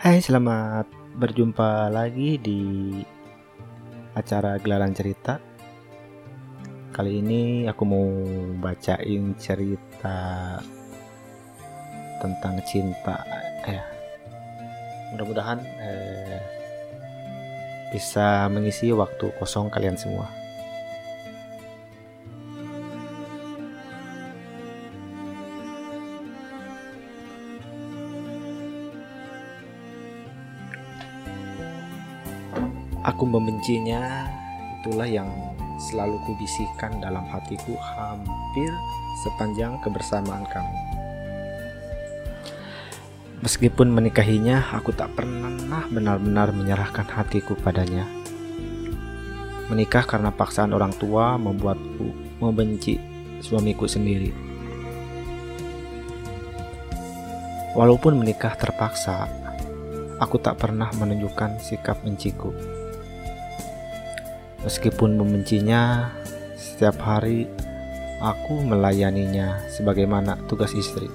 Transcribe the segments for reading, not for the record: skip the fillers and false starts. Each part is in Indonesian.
Hai, selamat berjumpa lagi di acara Gelaran Cerita. Kali ini aku mau bacain cerita tentang cinta. Mudah-mudahan bisa mengisi waktu kosong kalian semua. Aku membencinya, itulah yang selalu kubisikkan dalam hatiku hampir sepanjang kebersamaan kami. Meskipun menikahinya, aku tak pernah benar-benar menyerahkan hatiku padanya. Menikah karena paksaan orang tua membuatku membenci suamiku sendiri. Walaupun menikah terpaksa, aku tak pernah menunjukkan sikap benciku. Meskipun membencinya, setiap hari aku melayaninya sebagaimana tugas istri.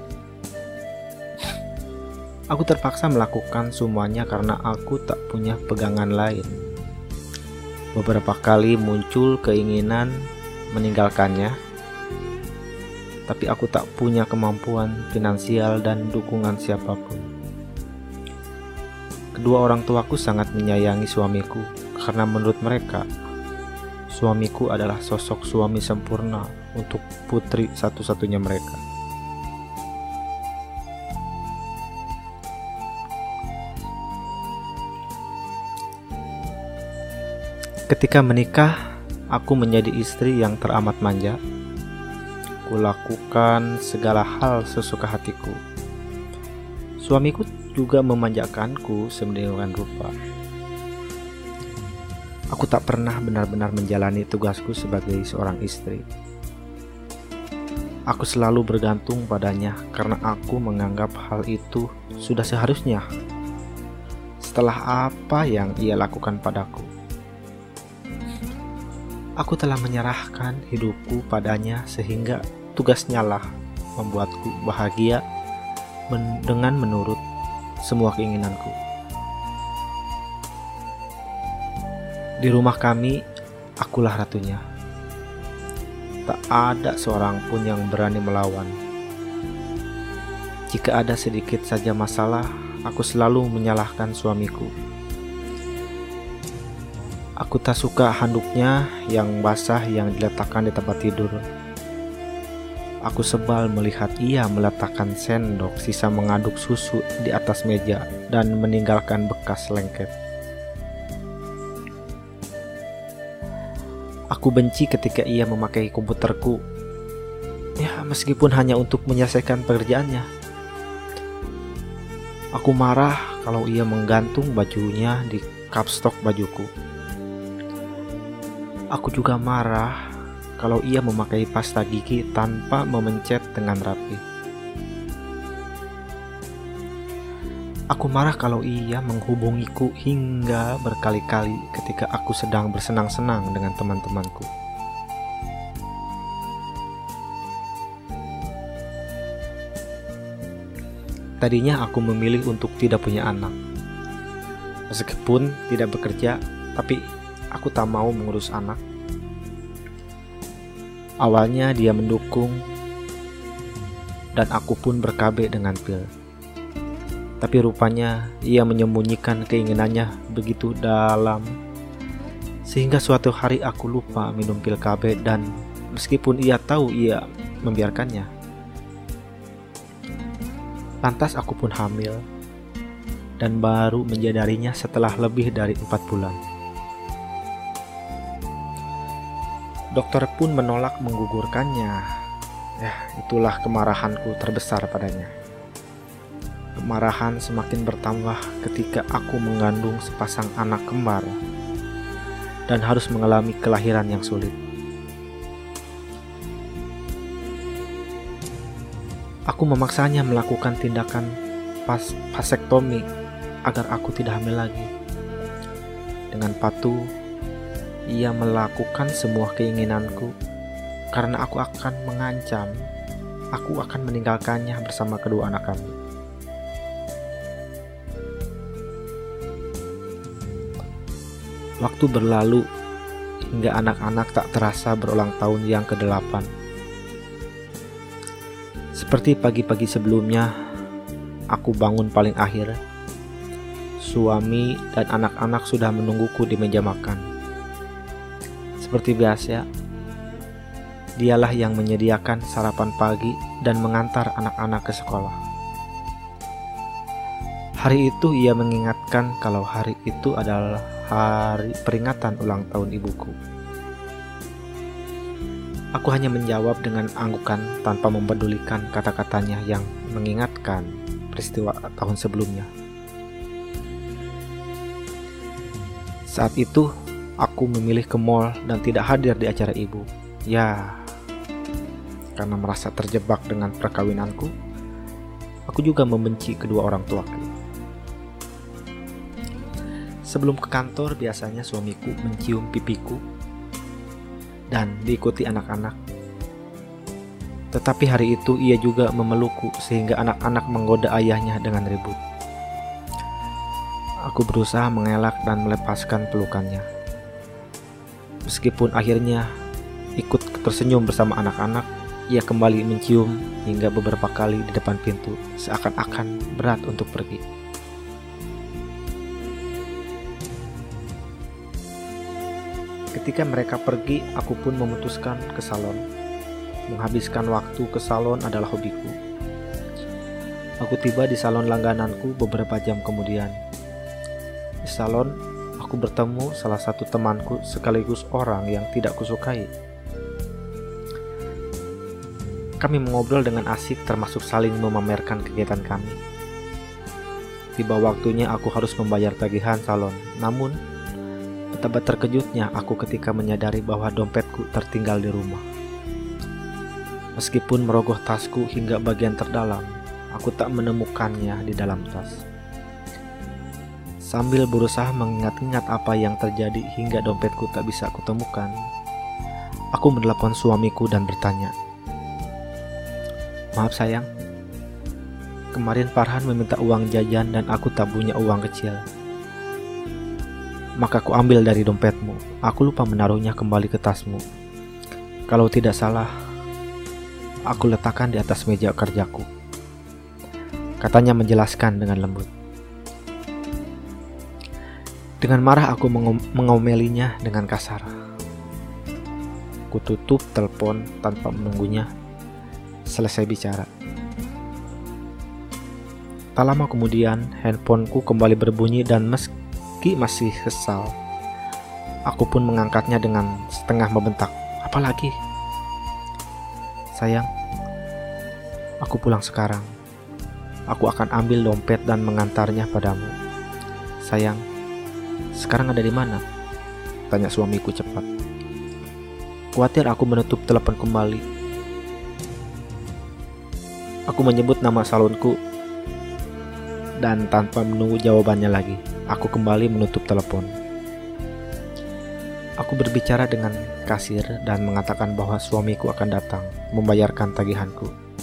Aku terpaksa melakukan semuanya karena aku tak punya pegangan lain. Beberapa kali muncul keinginan meninggalkannya, tapi aku tak punya kemampuan finansial dan dukungan siapapun. Kedua orang tuaku sangat menyayangi suamiku karena menurut mereka, suamiku adalah sosok suami sempurna untuk putri satu-satunya mereka. Ketika menikah, aku menjadi istri yang teramat manja. Kulakukan segala hal sesuka hatiku. Suamiku juga memanjakanku sedemikian rupa. Aku tak pernah benar-benar menjalani tugasku sebagai seorang istri. Aku selalu bergantung padanya karena aku menganggap hal itu sudah seharusnya. Setelah apa yang ia lakukan padaku, aku telah menyerahkan hidupku padanya sehingga tugasnya lah membuatku bahagia dengan menurut semua keinginanku. Di rumah kami, akulah ratunya. Tak ada seorang pun yang berani melawan. Jika ada sedikit saja masalah, aku selalu menyalahkan suamiku. Aku tak suka handuknya yang basah yang diletakkan di tempat tidur. Aku sebal melihat ia meletakkan sendok sisa mengaduk susu di atas meja dan meninggalkan bekas lengket. Aku benci ketika ia memakai komputerku, meskipun hanya untuk menyelesaikan pekerjaannya. Aku marah kalau ia menggantung bajunya di kapstok bajuku. Aku juga marah kalau ia memakai pasta gigi tanpa memencet dengan rapi. Aku marah kalau ia menghubungiku hingga berkali-kali ketika aku sedang bersenang-senang dengan teman-temanku. Tadinya aku memilih untuk tidak punya anak. Meskipun tidak bekerja, tapi aku tak mau mengurus anak. Awalnya dia mendukung dan aku pun berKB dengan pil. Tapi rupanya ia menyembunyikan keinginannya begitu dalam sehingga suatu hari aku lupa minum pil KB dan meskipun ia tahu ia membiarkannya. Lantas aku pun hamil dan baru menyadarinya setelah lebih dari 4 bulan. Dokter pun menolak menggugurkannya. Itulah kemarahanku terbesar padanya. Kemarahan semakin bertambah ketika aku mengandung sepasang anak kembar dan harus mengalami kelahiran yang sulit. Aku memaksanya melakukan tindakan vasektomi agar aku tidak hamil lagi. Dengan patuh, ia melakukan semua keinginanku karena aku akan mengancam aku akan meninggalkannya bersama kedua anak kami. Waktu berlalu hingga anak-anak tak terasa berulang tahun yang ke-8. Seperti pagi-pagi sebelumnya, aku bangun paling akhir. Suami dan anak-anak sudah menungguku di meja makan. Seperti biasa, dialah yang menyediakan sarapan pagi dan mengantar anak-anak ke sekolah. Hari itu ia mengingatkan kalau hari itu adalah hari peringatan ulang tahun ibuku. Aku hanya menjawab dengan anggukan tanpa mempedulikan kata-katanya yang mengingatkan peristiwa tahun sebelumnya. Saat itu, aku memilih ke mall dan tidak hadir di acara ibu. Ya, karena merasa terjebak dengan perkawinanku, aku juga membenci kedua orang tuaku. Sebelum ke kantor, biasanya suamiku mencium pipiku dan diikuti anak-anak. Tetapi hari itu ia juga memelukku sehingga anak-anak menggoda ayahnya dengan ribut. Aku berusaha mengelak dan melepaskan pelukannya. Meskipun akhirnya ikut tersenyum bersama anak-anak, ia kembali mencium hingga beberapa kali di depan pintu, seakan-akan berat untuk pergi. Ketika mereka pergi, aku pun memutuskan ke salon. Menghabiskan waktu ke salon adalah hobiku. Aku tiba di salon langgananku beberapa jam kemudian. Di salon, aku bertemu salah satu temanku sekaligus orang yang tidak kusukai. Kami mengobrol dengan asik termasuk saling memamerkan kegiatan kami. Tiba waktunya aku harus membayar tagihan salon. Namun, betapa terkejutnya aku ketika menyadari bahwa dompetku tertinggal di rumah. Meskipun merogoh tasku hingga bagian terdalam, aku tak menemukannya di dalam tas. Sambil berusaha mengingat-ingat apa yang terjadi hingga dompetku tak bisa kutemukan, aku menelepon suamiku dan bertanya, "Maaf sayang, kemarin Farhan meminta uang jajan dan aku tak punya uang kecil. Maka aku ambil dari dompetmu. Aku lupa menaruhnya kembali ke tasmu. Kalau tidak salah, aku letakkan di atas meja kerjaku," katanya menjelaskan dengan lembut. Dengan marah aku mengomelinya dengan kasar. Ku tutup telepon tanpa menunggunya selesai bicara. Tak lama kemudian, handphoneku kembali berbunyi dan meski masih kesal, aku pun mengangkatnya dengan setengah membentak, "Apa lagi?" "Sayang, aku pulang sekarang. Aku akan ambil dompet dan mengantarnya padamu." "Sayang, sekarang ada di mana?" tanya suamiku cepat. Khawatir aku menutup telepon kembali. Aku menyebut nama salonku dan tanpa menunggu jawabannya lagi, aku kembali menutup telepon. Aku berbicara dengan kasir dan mengatakan bahwa suamiku akan datang membayarkan tagihanku.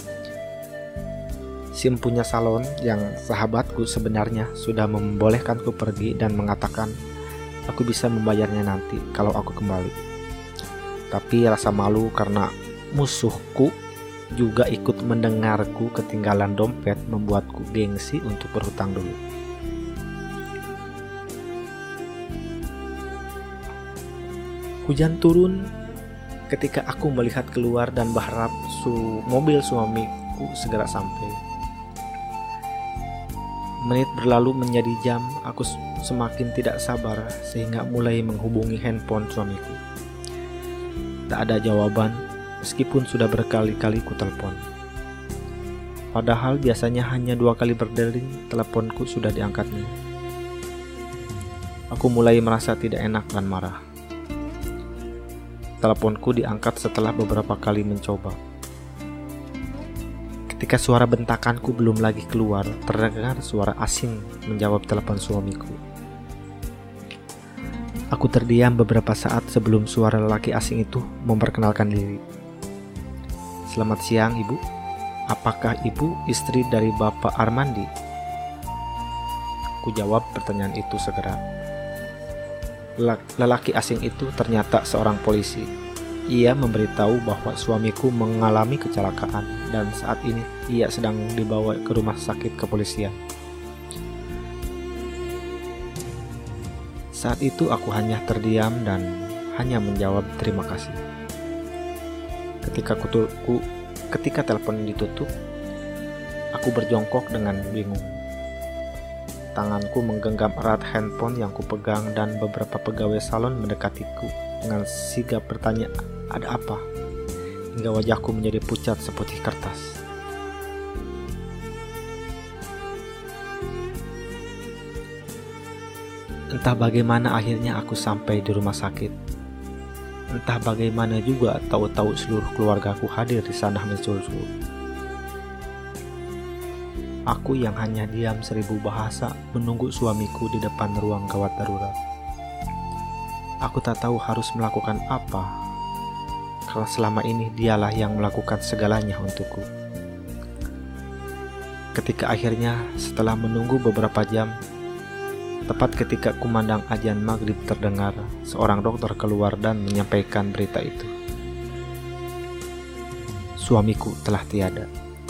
Si empunya salon yang sahabatku sebenarnya sudah membolehkanku pergi dan mengatakan aku bisa membayarnya nanti kalau aku kembali. Tapi rasa malu karena musuhku juga ikut mendengarku ketinggalan dompet membuatku gengsi untuk berhutang dulu. Hujan turun ketika aku melihat keluar dan berharap mobil suamiku segera sampai. Menit berlalu menjadi jam, aku semakin tidak sabar sehingga mulai menghubungi handphone suamiku. Tak ada jawaban meskipun sudah berkali-kali ku telepon. Padahal biasanya hanya 2 kali berdering, teleponku sudah diangkatnya. Aku mulai merasa tidak enak dan marah. Teleponku diangkat setelah beberapa kali mencoba. Ketika suara bentakanku belum lagi keluar, terdengar suara asing menjawab telepon suamiku. Aku terdiam beberapa saat sebelum suara lelaki asing itu memperkenalkan diri. "Selamat siang, Ibu. Apakah Ibu istri dari Bapak Armandi?" Ku jawab pertanyaan itu segera. Lelaki asing itu ternyata seorang polisi. Ia memberitahu bahwa suamiku mengalami kecelakaan dan saat ini ia sedang dibawa ke rumah sakit kepolisian. Saat itu aku hanya terdiam dan hanya menjawab terima kasih. Ketika telepon ditutup, aku berjongkok dengan bingung. Tanganku menggenggam erat handphone yang kupegang dan beberapa pegawai salon mendekatiku dengan sigap bertanya, "Ada apa?" Hingga wajahku menjadi pucat seputih kertas. Entah bagaimana akhirnya aku sampai di rumah sakit. Entah bagaimana juga tahu-tahu seluruh keluargaku hadir di sana mensul-sul. Aku yang hanya diam 1000 bahasa menunggu suamiku di depan ruang gawat darurat. Aku tak tahu harus melakukan apa, karena selama ini dialah yang melakukan segalanya untukku. Ketika akhirnya setelah menunggu beberapa jam, tepat ketika kumandang azan maghrib terdengar, seorang dokter keluar dan menyampaikan berita itu. Suamiku telah tiada.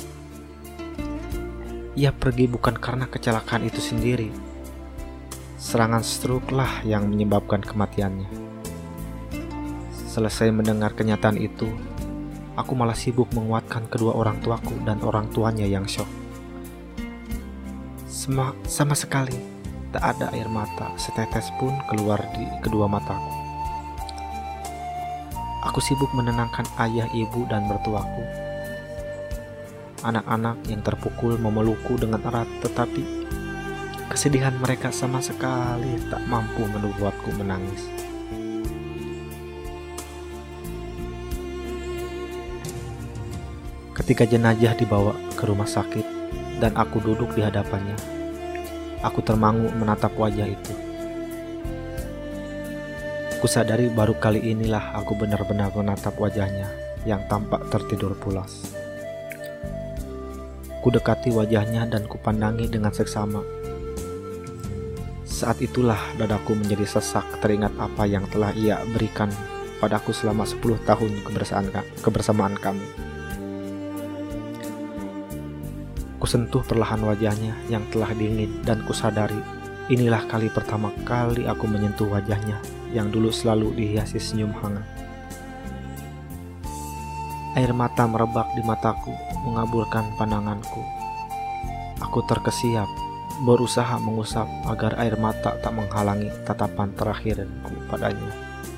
Ia pergi bukan karena kecelakaan itu sendiri. Serangan stroke lah yang menyebabkan kematiannya. Selesai mendengar kenyataan itu, aku malah sibuk menguatkan kedua orang tuaku dan orang tuanya yang syok. Sama sekali tak ada air mata setetes pun keluar di kedua mataku. Aku sibuk menenangkan ayah, ibu, dan mertuaku. Anak-anak yang terpukul memelukku dengan erat, tetapi kesedihan mereka sama sekali tak mampu membuatku menangis. Ketika jenazah dibawa ke rumah sakit dan aku duduk di hadapannya, aku termangu menatap wajah itu. Kusadari baru kali inilah aku benar-benar menatap wajahnya yang tampak tertidur pulas. Kudekati wajahnya dan kupandangi dengan seksama. Saat itulah dadaku menjadi sesak teringat apa yang telah ia berikan padaku selama 10 tahun kebersamaan kami. Kusentuh perlahan wajahnya yang telah dingin dan kusadari inilah kali pertama kali aku menyentuh wajahnya yang dulu selalu dihiasi senyum hangat. Air mata merebak di mataku, mengaburkan pandanganku. Aku terkesiap, berusaha mengusap agar air mata tak menghalangi tatapan terakhirku padanya.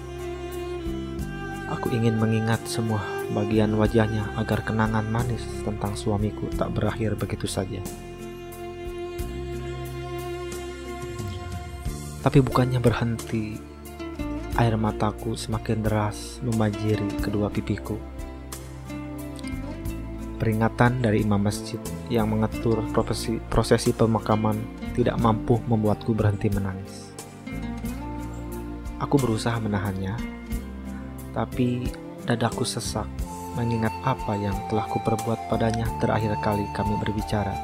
Aku ingin mengingat semua bagian wajahnya agar kenangan manis tentang suamiku tak berakhir begitu saja. Tapi bukannya berhenti, air mataku semakin deras membanjiri kedua pipiku. Peringatan dari imam masjid yang mengatur prosesi pemakaman tidak mampu membuatku berhenti menangis. Aku berusaha menahannya, tapi dadaku sesak mengingat apa yang telah kuperbuat padanya terakhir kali kami berbicara.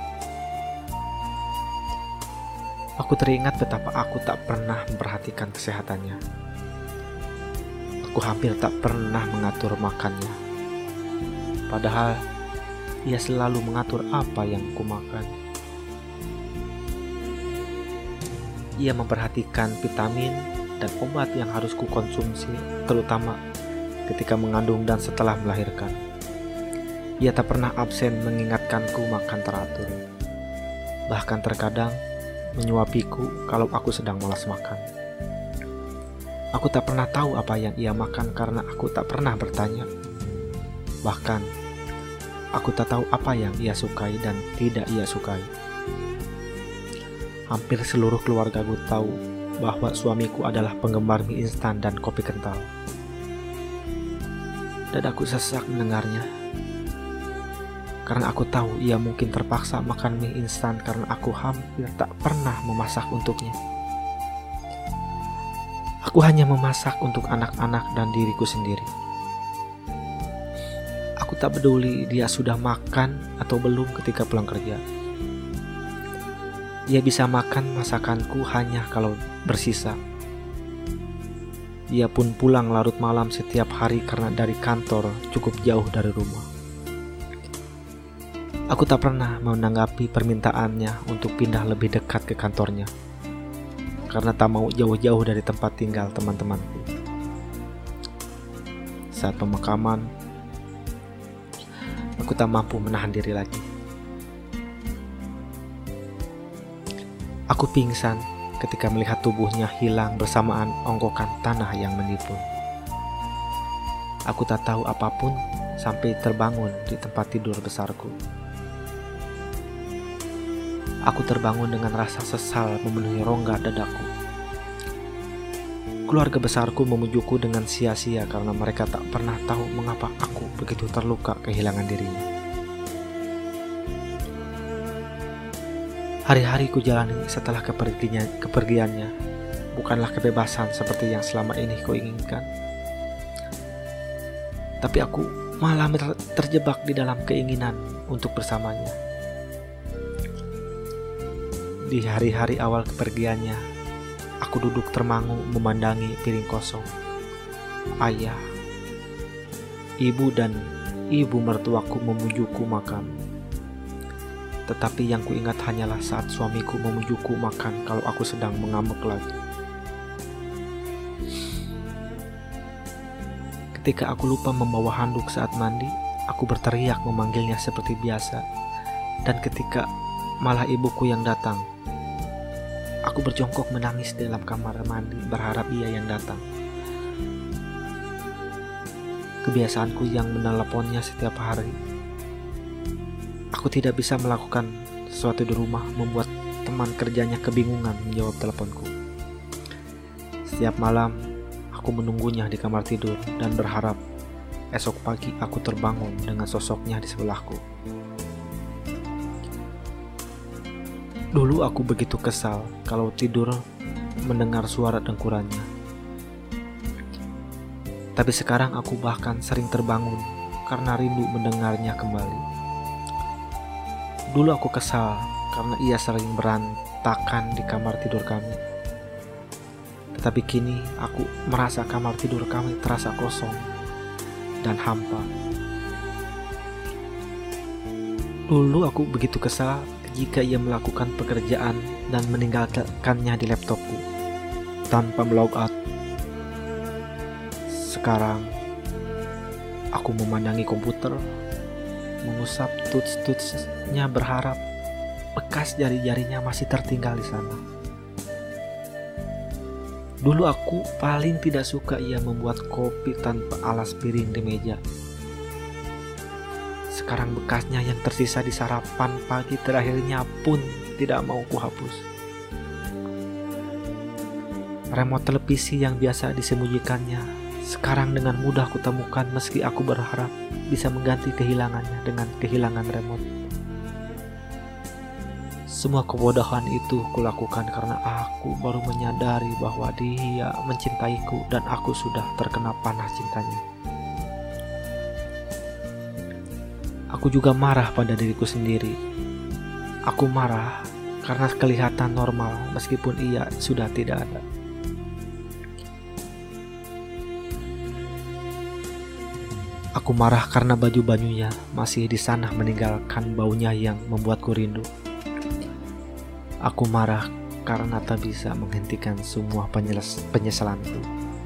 Aku teringat betapa aku tak pernah memperhatikan kesehatannya. Aku hampir tak pernah mengatur makannya. Padahal ia selalu mengatur apa yang kumakan. Ia memperhatikan vitamin dan obat yang harus kukonsumsi, terutama ketika mengandung dan setelah melahirkan. Ia tak pernah absen mengingatkanku makan teratur. Bahkan terkadang menyuapiku kalau aku sedang malas makan. Aku tak pernah tahu apa yang ia makan karena aku tak pernah bertanya. Bahkan aku tak tahu apa yang ia sukai dan tidak ia sukai. Hampir seluruh keluargaku tahu bahwa suamiku adalah penggemar mie instan dan kopi kental. Dadaku sesak mendengarnya. Karena aku tahu ia mungkin terpaksa makan mie instan karena aku hampir tak pernah memasak untuknya. Aku hanya memasak untuk anak-anak dan diriku sendiri. Aku tak peduli dia sudah makan atau belum ketika pulang kerja. Ia bisa makan masakanku hanya kalau bersisa. Ia pun pulang larut malam setiap hari karena dari kantor cukup jauh dari rumah. Aku tak pernah menanggapi permintaannya untuk pindah lebih dekat ke kantornya, karena tak mau jauh-jauh dari tempat tinggal teman-temanku. Saat pemakaman, aku tak mampu menahan diri lagi. Aku pingsan ketika melihat tubuhnya hilang bersamaan ongkokan tanah yang menipu. Aku tak tahu apapun sampai terbangun di tempat tidur besarku. Aku terbangun dengan rasa sesal memenuhi rongga dadaku. Keluarga besarku memujuku dengan sia-sia karena mereka tak pernah tahu mengapa aku begitu terluka kehilangan dirinya. Hari-hari ku jalani setelah kepergiannya bukanlah kebebasan seperti yang selama ini ku inginkan. Tapi aku malah terjebak di dalam keinginan untuk bersamanya. Di hari-hari awal kepergiannya, aku duduk termangu memandangi piring kosong. Ayah, ibu dan ibu mertuaku memujuku makan. Tetapi yang kuingat hanyalah saat suamiku memujuku makan kalau aku sedang mengamuk lagi. Ketika aku lupa membawa handuk saat mandi, aku berteriak memanggilnya seperti biasa. Dan ketika malah ibuku yang datang, aku berjongkok menangis di dalam kamar mandi berharap ia yang datang. Kebiasaanku yang meneleponnya setiap hari. Aku tidak bisa melakukan sesuatu di rumah membuat teman kerjanya kebingungan menjawab teleponku. Setiap malam, aku menunggunya di kamar tidur dan berharap esok pagi aku terbangun dengan sosoknya di sebelahku. Dulu aku begitu kesal kalau tidur mendengar suara dengkurannya. Tapi sekarang aku bahkan sering terbangun karena rindu mendengarnya kembali. Dulu aku kesal karena ia sering berantakan di kamar tidur kami. Tetapi kini aku merasa kamar tidur kami terasa kosong dan hampa. Dulu aku begitu kesal jika ia melakukan pekerjaan dan meninggalkannya di laptopku tanpa melog out. Sekarang aku memandangi komputer, mengusap tuts-tutsnya berharap bekas jari-jarinya masih tertinggal di sana. Dulu aku paling tidak suka ia membuat kopi tanpa alas piring di meja. Sekarang bekasnya yang tersisa di sarapan pagi terakhirnya pun tidak mau kuhapus. Remote televisi yang biasa disembunyikannya sekarang dengan mudah kutemukan meski aku berharap bisa mengganti kehilangannya dengan kehilangan remote. Semua kebodohan itu kulakukan karena aku baru menyadari bahwa dia mencintaiku dan aku sudah terkena panah cintanya. Aku juga marah pada diriku sendiri. Aku marah karena kelihatan normal meskipun ia sudah tidak ada. Aku marah karena baju-bajunya masih di sana meninggalkan baunya yang membuatku rindu. Aku marah karena tak bisa menghentikan semua penyesalanku.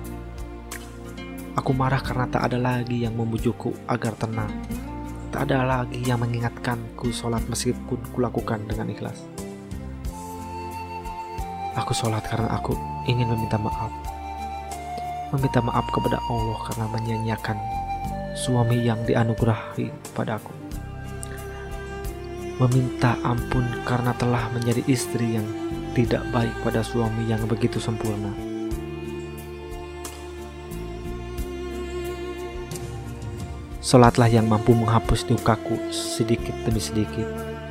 Aku marah karena tak ada lagi yang membujukku agar tenang. Tak ada lagi yang mengingatkanku sholat meskipun kulakukan dengan ikhlas. Aku sholat karena aku ingin meminta maaf. Meminta maaf kepada Allah karena menyanyiakan suami yang dianugerahi padaku. Meminta ampun karena telah menjadi istri yang tidak baik pada suami yang begitu sempurna. Salatlah yang mampu menghapus dukaku sedikit demi sedikit.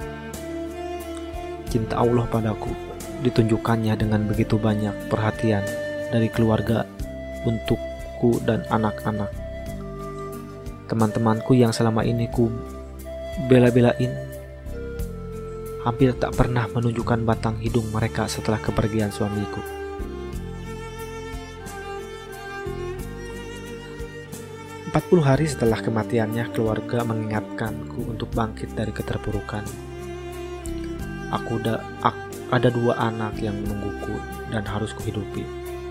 Cinta Allah padaku ditunjukkannya dengan begitu banyak perhatian dari keluarga untukku dan anak-anak. Teman-temanku yang selama ini ku bela-belain hampir tak pernah menunjukkan batang hidung mereka setelah kepergian suamiku. 40 hari setelah kematiannya, keluarga mengingatkanku untuk bangkit dari keterpurukan. Ada 2 anak yang menungguku dan harus kuhidupi.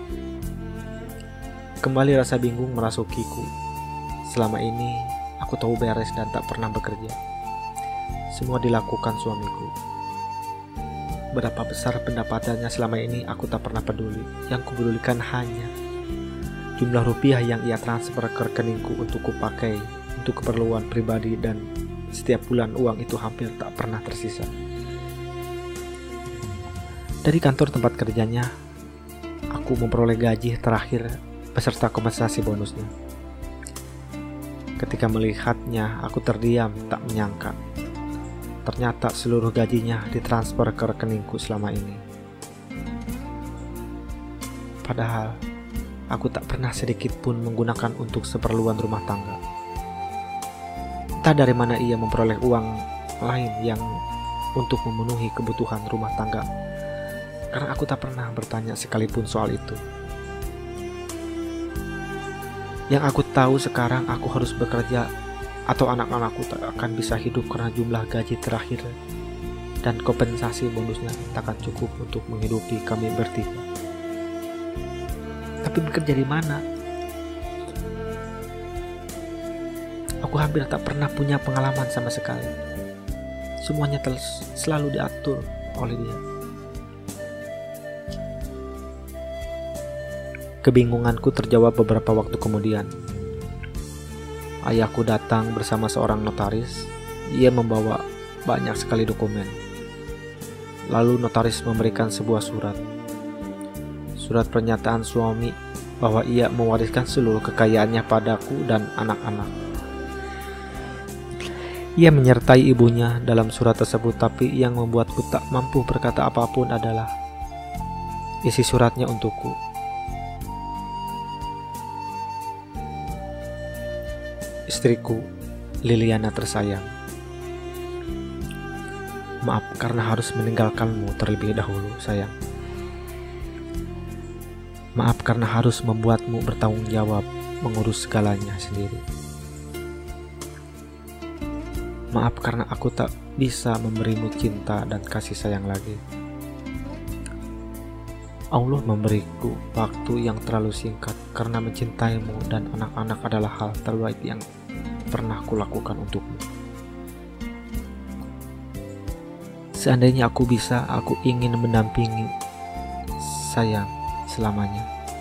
Kembali rasa bingung merasukiku. Selama ini aku tahu beres dan tak pernah bekerja. Semua dilakukan suamiku. Berapa besar pendapatannya selama ini aku tak pernah peduli. Yang kupedulikan hanya jumlah rupiah yang ia transfer ke rekeningku untuk kupakai untuk keperluan pribadi, dan setiap bulan uang itu hampir tak pernah tersisa. Dari kantor tempat kerjanya, aku memperoleh gaji terakhir beserta kompensasi bonusnya. Ketika melihatnya, aku terdiam, tak menyangka. Ternyata seluruh gajinya ditransfer ke rekeningku selama ini. Padahal, aku tak pernah sedikit pun menggunakan untuk keperluan rumah tangga. Entah dari mana ia memperoleh uang lain yang untuk memenuhi kebutuhan rumah tangga, karena aku tak pernah bertanya sekalipun soal itu. Yang aku tahu sekarang, aku harus bekerja atau anak-anakku tak akan bisa hidup karena jumlah gaji terakhir dan kompensasi bonusnya tak akan cukup untuk menghidupi kami bertiga. Tapi bekerja di mana? Aku hampir tak pernah punya pengalaman sama sekali. Semuanya selalu diatur oleh dia. Kebingunganku terjawab beberapa waktu kemudian. Ayahku datang bersama seorang notaris. Ia membawa banyak sekali dokumen. Lalu notaris memberikan sebuah surat. Surat pernyataan suami bahwa ia mewariskan seluruh kekayaannya padaku dan anak-anak. Ia menyertai ibunya dalam surat tersebut, tapi yang membuatku tak mampu berkata apapun adalah isi suratnya untukku. Istriku, Liliana tersayang. Maaf karena harus meninggalkanmu terlebih dahulu, sayang. Maaf karena harus membuatmu bertanggung jawab mengurus segalanya sendiri. Maaf karena aku tak bisa memberimu cinta dan kasih sayang lagi. Allah memberiku waktu yang terlalu singkat karena mencintaimu dan anak-anak adalah hal terbaik yang pernah kulakukan untukmu. Seandainya aku bisa, aku ingin mendampingi sayang selamanya.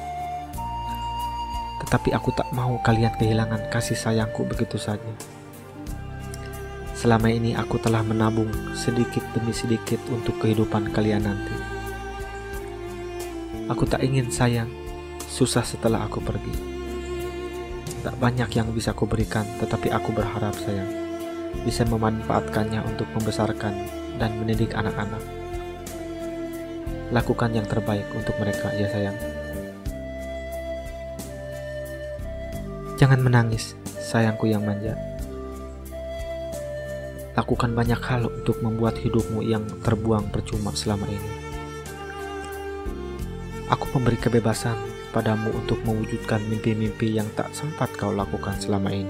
Tetapi aku tak mau kalian kehilangan kasih sayangku begitu saja. Selama ini aku telah menabung sedikit demi sedikit untuk kehidupan kalian nanti. Aku tak ingin sayang susah setelah aku pergi. Tak banyak yang bisa aku berikan, tetapi aku berharap sayang bisa memanfaatkannya untuk membesarkan dan mendidik anak-anak. Lakukan yang terbaik untuk mereka ya sayang. Jangan menangis, sayangku yang manja. Lakukan banyak hal untuk membuat hidupmu yang terbuang percuma selama ini. Aku memberi kebebasan padamu untuk mewujudkan mimpi-mimpi yang tak sempat kau lakukan selama ini.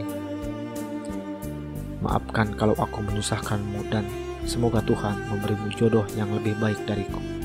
Maafkan kalau aku menyusahkanmu dan semoga Tuhan memberimu jodoh yang lebih baik dariku.